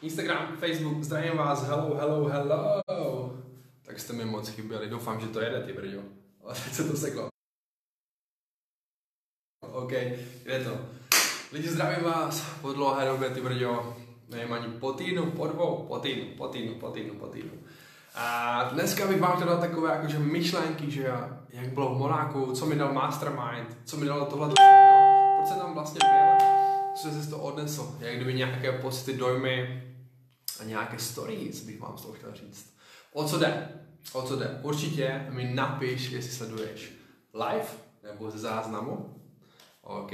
Instagram, Facebook, zdravím vás, hello. Tak jste mi moc chyběli, doufám, že to jede, ty brďo. Ale teď se to seklo. OK, jde to. Lidi, zdravím vás, po dlouhé době, ty brďo. Nevím ani po týdnu, po dvou, po týdnu. A dneska bych vám chtěl dát takové jakože myšlenky, že jak bylo v Monaku, co mi dal Mastermind, co mi dalo tohle všechno, proč jsem tam vlastně byl, co jsem si z toho odnesl, jak kdyby nějaké pocity, dojmy a nějaké stories bych vám z toho chtěl říct. O co jde? Určitě mi napiš, jestli sleduješ live nebo ze záznamu. OK.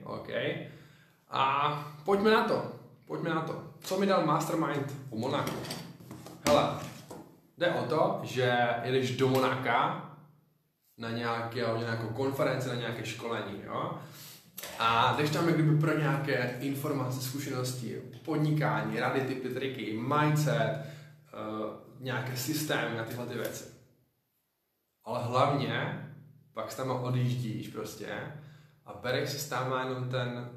A pojďme na to. Co mi dal Mastermind u Monaku? Hele, jde o to, že jedeš do Monaka na nějakou konferenci, na nějaké školení, jo? A jdeš tam jak kdyby pro nějaké informace, zkušenosti, podnikání, rady, typy, triky, mindset, nějaké systémy a tyhle ty věci. Ale hlavně pak tam odjíždíš prostě a bereš si tam jenom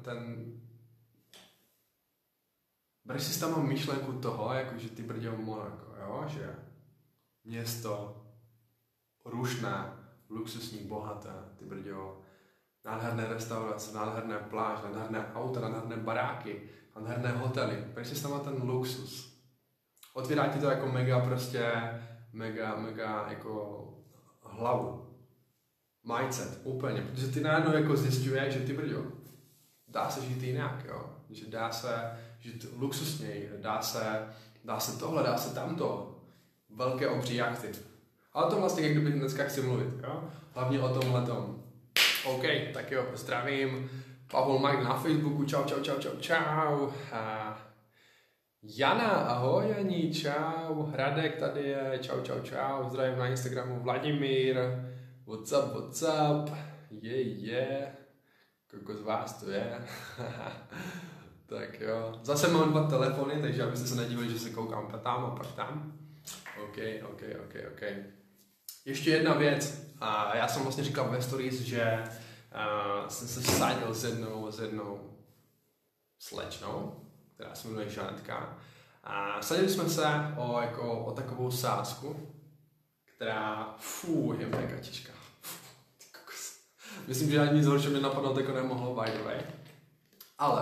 bereš si tam myšlenku toho, jakože ty brděl Monako, jo? Že město rušné, luxusní, bohaté, ty brděl, nádherné restaurace, nádherné pláž, nádherné auta, nádherné baráky, nádherné hotely. Bereš si tam ten luxus. Otvírá ti to jako mega jako hlavu. Mindset, úplně, protože ty najednou jako zjišťuješ, že ty brďo, dá se žít jinak, jo? Že dá se žít luxusněji, dá se tohle, dá se tamto. Velké obří jachty. Ale o tom vlastně jak kdyby dneska chci mluvit, jo? Hlavně o tomhletom. OK, tak jo, zdravím. Pavel Mike na Facebooku, čau. Jana, ahoj Janí, čau. Radek tady je, čau. Zdravím na Instagramu, Vladimír. What's up? Yeah. Kolik z vás to je? Tak jo. Zase mám 2 telefony, takže abyste se nedívali, že se koukám tam a pak tam. OK. Ještě jedna věc. Já jsem vlastně říkal ve stories, že jsem se vsadil s jednou slečnou, která se jmenuje Žanetka. A vsadili jsme se o takovou sázku, která, je mega těžká. Myslím, že ani nic horšího mě napadnout jako nemohlo, by the way. Ale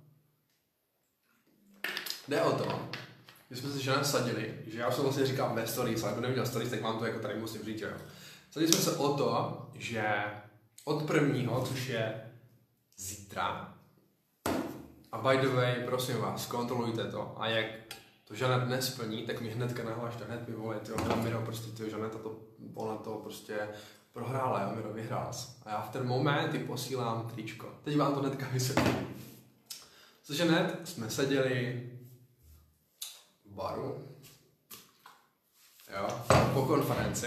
jde o to, že jsme se žena sadili, že já jsem vlastně říkal ve stories, ale kdo neviděl stories, tak vám to jako tady musím říct, jo. Sadili jsme se o to, že od 1., což je zítra, a by the way, prosím vás, kontrolujte to, a jak to Žanet nesplní, tak mi hnedka nahlašte, hned mi volejte, jo, Miro, prostě Žaneta ona to prostě prohrála, jo, Miro, vyhrál jsi. A já v ten moment posílám tričko. Teď vám to hnedka vysvětlím. Co Žanet jsme seděli v baru, jo, po konferenci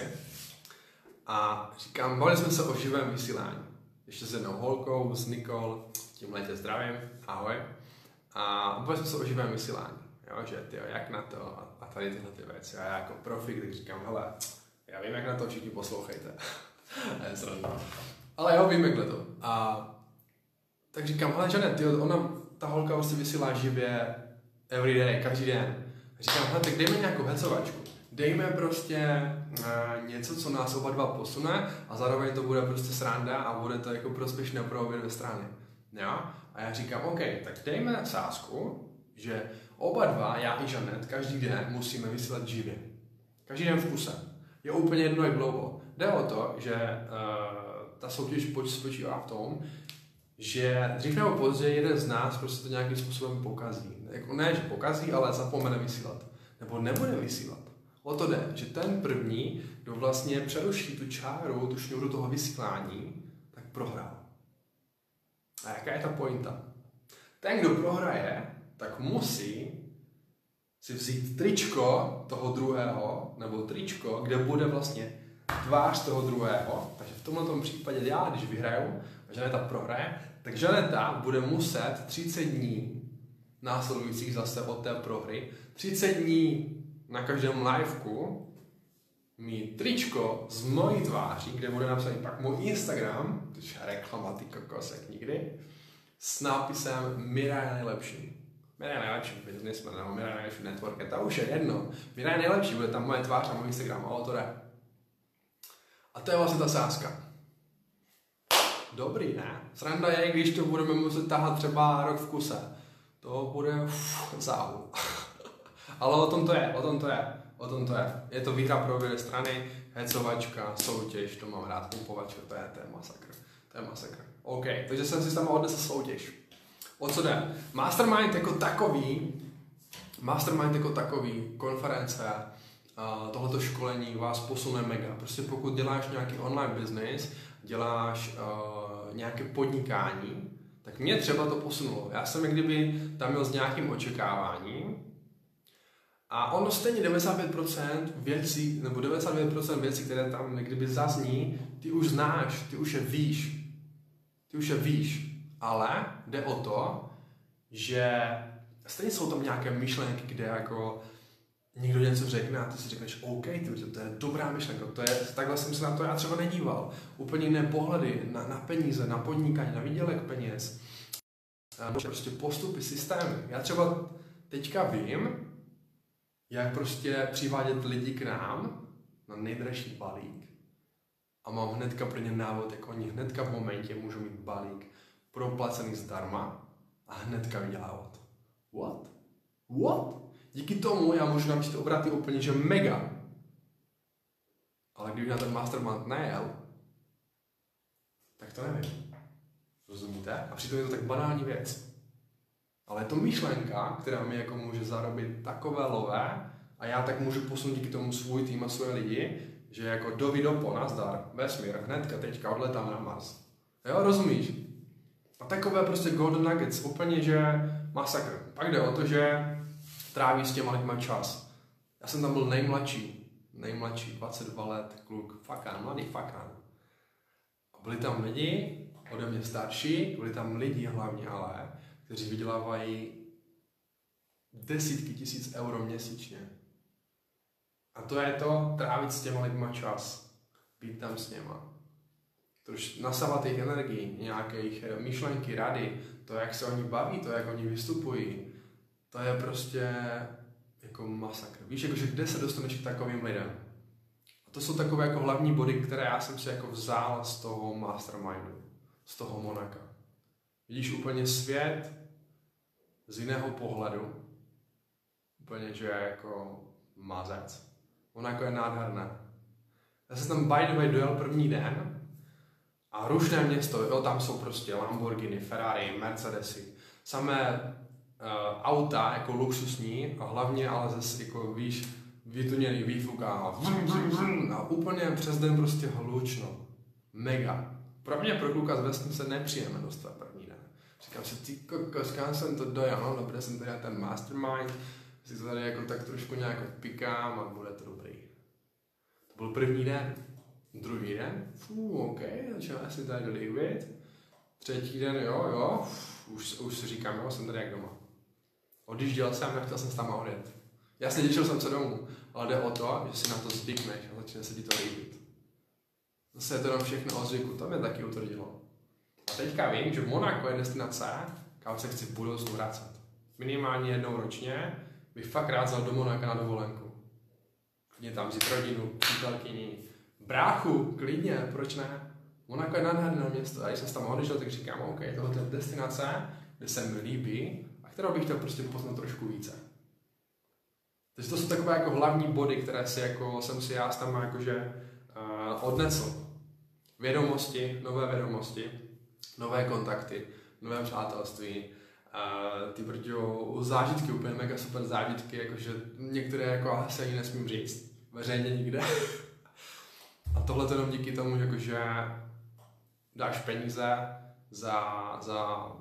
a říkám, bavili jsme se o živém vysílání. Ještě s jednou holkou, s Nikol, tímhle tě zdravím, ahoj. A bavili jsme se o živém vysílání, jo, že tyjo, jak na to a tady tyhle ty věci. A já jako profik, tak říkám, hele, já vím, jak na to, všichni poslouchejte. Je sranda. Ale jo, vím, jakhle to. A tak říkám, hele, Janet, ta holka prostě vysílá živě every day, každý den. A říkám, hele, tak dejme nějakou hecovačku. Dejme prostě něco, co nás oba dva posune a zároveň to bude prostě sranda a bude to jako prospěšné pro obě dvě strany. Jo? A já říkám, OK, tak dejme sázku, že oba dva, já i Žanet, každý den musíme vysílat živě. Každý den v kuse. Je úplně jedno, jak dlouho. Jde o to, že ta soutěž spočívá v tom, že dřív nebo později jeden z nás prostě to nějakým způsobem pokazí. Ne, že pokazí, ale zapomene vysílat. Nebo nebude vysílat. O to jde, že ten první, kdo vlastně přeruší tu čáru, tu šňůru toho vysílání, tak prohrál. A jaká je ta pointa? Ten, kdo prohraje, tak musí si vzít tričko toho druhého, nebo tričko, kde bude vlastně tvář toho druhého. Takže v tomto případě já, když vyhraju a Žaneta prohraje, tak Žaneta bude muset 30 dní následujících zase od té prohry, 30 dní na každém liveku mít tričko z mojí tváří, kde bude napsaný pak můj Instagram, což je reklama, ty kokos, jak nikdy, s nápisem Mira je nejlepší. Mira je nejlepší businessman, nebo Mira je nejlepší networker, to už je jedno. Mira je nejlepší, bude tam moje tvář a můj Instagram, to jde. A to je vlastně ta sázka. Dobrý, ne? Sranda je, když to budeme muset tahat třeba rok v kuse. To bude záhu. Ale o tom to je. Je to výhra pro obě strany, hecovačka, soutěž, to mám rád, kupovačka, to je masakr. OK, takže jsem si tam odnesl soutěž. O co jde? Mastermind jako takový, konference, tohleto školení vás posune mega. Prostě pokud děláš nějaký online business, děláš nějaké podnikání, tak mě třeba to posunulo. Já jsem kdyby tam měl s nějakým očekáváním a ono stejně 95% věcí, nebo 99% věcí, které tam kdyby zazní, ty už znáš, ty už je víš, ale jde o to, že stejně jsou tam nějaké myšlenky, kde jako někdo něco řekne a ty si řekneš, OK, to je dobrá myšlenka, takhle jsem se na to já třeba nedíval. Úplně jiné pohledy na peníze, na podnikání, na výdělek peněz. Prostě postupy, systémy. Já třeba teďka vím, jak prostě přivádět lidi k nám na nejdražší balík a mám hnedka pro ně návod, jak oni hnedka v momentě můžou mít balík proplacený zdarma a hnedka vydělávat. What? Díky tomu já můžu například obraty úplně, že mega. Ale kdyby na ten mastermind nejel, tak to nevím. Rozumíte? A přitom je to tak banální věc. Ale je to myšlenka, která mi jako může zarobit takové lové a já tak můžu posunout díky tomu svůj tým a svoje lidi, že jako dovidopo, nazdar, vesmír, hnedka teďka odletám na Mars. Jo, rozumíš? A takové prostě golden nuggets, úplně, že masakr. Pak jde o to, že tráví s těma lidma čas. Já jsem tam byl nejmladší, 22 let, kluk, mladý fakán. A byli tam lidi, ode mě starší, byli tam lidi hlavně ale, kteří vydělávají desítky tisíc euro měsíčně. A to je to, trávit s těma lidma čas, být tam s něma. Troš nasávat jejich energii, nějaké jejich myšlenky, rady, to, jak se oni baví, to, jak oni vystupují, to je prostě jako masakr. Víš, jakože kde se dostaneš k takovým lidem? A to jsou takové jako hlavní body, které já jsem si jako vzal z toho mastermindu, z toho Monaka. Vidíš úplně svět z jiného pohledu, úplně, že je jako mazec. Monako je nádherné. Já jsem tam by the way dojel první den a rušné město, jo, tam jsou prostě Lamborghini, Ferrari, Mercedesy, samé auta jako luxusní a hlavně ale zase jako víš, vytuněný výfuka a úplně přes den prostě hlučno. Mega. Pro mě pro kluka z vesnice nepříjemné dostat první den. Říkám si, ty kokos, kam jsem to dojel, no dobře, jsem tady ten mastermind, si to tady jako tak trošku nějak odpikám a bude to dobrý. To byl první den. Druhý den, OK, začal si tady líbit. Třetí den, jo, už si říkám, jo, jsem tady jak doma. Odjížděl jsem, nechtěl jsem tam odjet. Jasně, těšil jsem se domů, ale jde o to, že si na to zvykneš a začne se ti to líbit. Zase je to jenom všechno o zvyku, to mě taky utvrdilo. A teďka vím, že Monako je destinace, kam se chci v budoucnu vracet. Minimálně jednou ročně bych fakt rád vzal do Monaka na dovolenku. Klidně tam vzít rodinu, přítelkyni, bráchu, klidně, proč ne? Monako je nádherné město a když jsem tam odešel, tak říkám, OK, tohle je destinace, kde se mi líbí a kterou bych chtěl prostě poznat trošku více. Takže to jsou takové jako hlavní body, které si jako, jsem si já tam jakože odnesl. Vědomosti, nové kontakty, nové přátelství, ty brďo, zážitky, úplně mega super zážitky, jakože některé jako asi ani nesmím říct, veřejně nikde. A tohle to jenom díky tomu, jakože dáš peníze za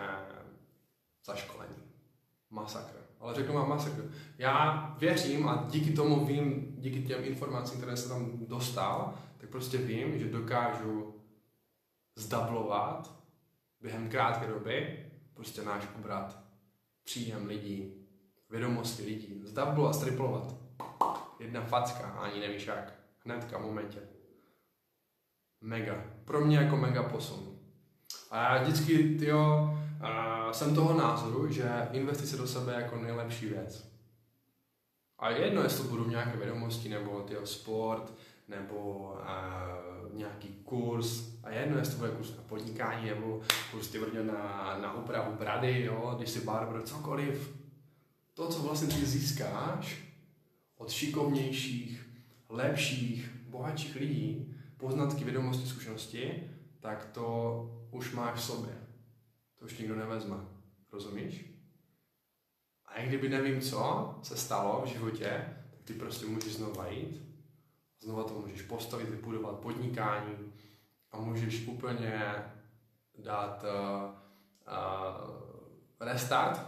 školení. Masakr. Ale řeknu vám masakr. Já věřím a díky tomu vím, díky těm informacím, které jsem tam dostal, tak prostě vím, že dokážu zdablovat během krátké doby prostě náš obrat, příjem lidí, vědomosti lidí, zdablovat, striplovat. Jedna facka, ani nevíš jak. Hnedka, v momentě. Mega. Pro mě jako mega posun. A já vždycky, jsem toho názoru, že investice do sebe je jako nejlepší věc. A jedno, jestli budou nějaké vědomosti, nebo sport, nebo nějaký kurz. A jedno, jestli bude kurz na podnikání, nebo kurz na úpravu brady, jo, když si barber, cokoliv. To, co vlastně ty získáš od šikovnějších, lepších, bohatších lidí, poznatky, vědomosti, zkušenosti, tak to už máš v sobě. To už nikdo nevezme. Rozumíš? A i kdyby nevím, co se stalo v životě, tak ty prostě můžeš znova jít, znova to můžeš postavit, vybudovat podnikání a můžeš úplně dát restart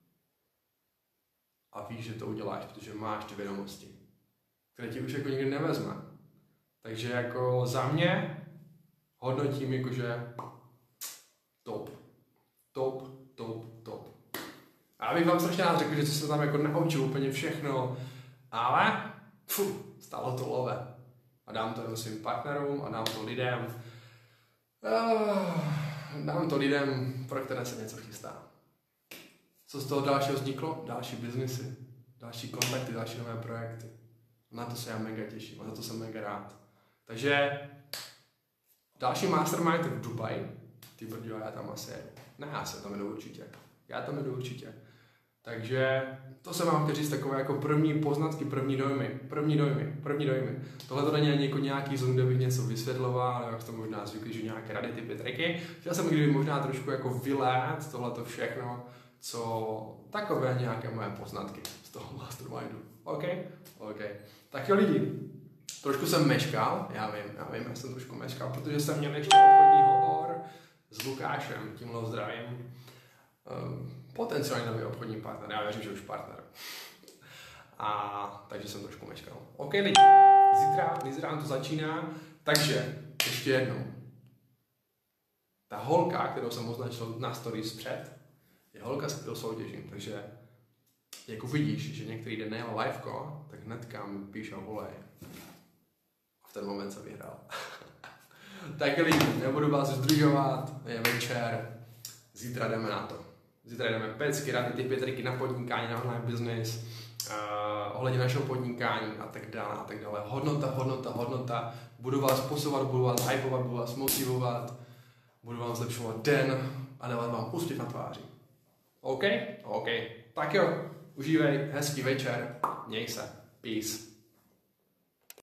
a víš, že to uděláš, protože máš ty vědomosti, které ti už jako nikdy nevezme. Takže jako za mě hodnotím jakože top. A já bych vám strašně rád řekl, že jsem se tam jako naučil úplně všechno, ale stálo to love. A dám to svým partnerům a dám to lidem. Dám to lidem, pro které se něco chystá. Co z toho dalšího vzniklo? Další biznesy, další kontakty, další nové projekty. Na to se já mega těším a za to jsem mega rád. Takže další mastermind v Dubaji. Ty brďo, já tam asi jedu. Ne, já se tam jdu určitě. Takže to jsem vám chtěl říct takové jako první poznatky, první dojmy. Tohle to není ani jako nějaký zoom, kde bych něco vysvětloval, ale jak to možná zvyklí, že nějaké rady, typy, triky. Chtěl jsem kdyby možná trošku jako vylét tohleto všechno, co takové nějaké moje poznatky z toho mastermindu. OK. Tak jo lidi, trošku jsem meškal, já vím, já jsem trošku meškal, protože jsem měl ještě obchodní hovor s Lukášem, tímhle zdravím. Potenciálně nový obchodní partner, já věřím, že už partner. Takže jsem trošku meškal. OK lidi, zítra to začíná, takže ještě jednou. Ta holka, kterou jsem označil na stories před, je holka, s kterou soutěžím, takže jak uvidíš, že některý den nejel liveko, tak hnedka mi píšou volej. A v ten moment jsem vyhrál. Tak lidi, nebudu vás zdržovat, je večer, zítra jdeme na to. Zítra jdeme pecky, rady, typy, triky na podnikání, na online business, ohledně našeho podnikání a tak dále. Hodnota. Budu vás posouvat, budu vás hypovat, budu vás motivovat, budu vám zlepšovat den a dávat vám úspěch na tváři. OK. Tak jo, užívej, hezký večer, měj se, peace.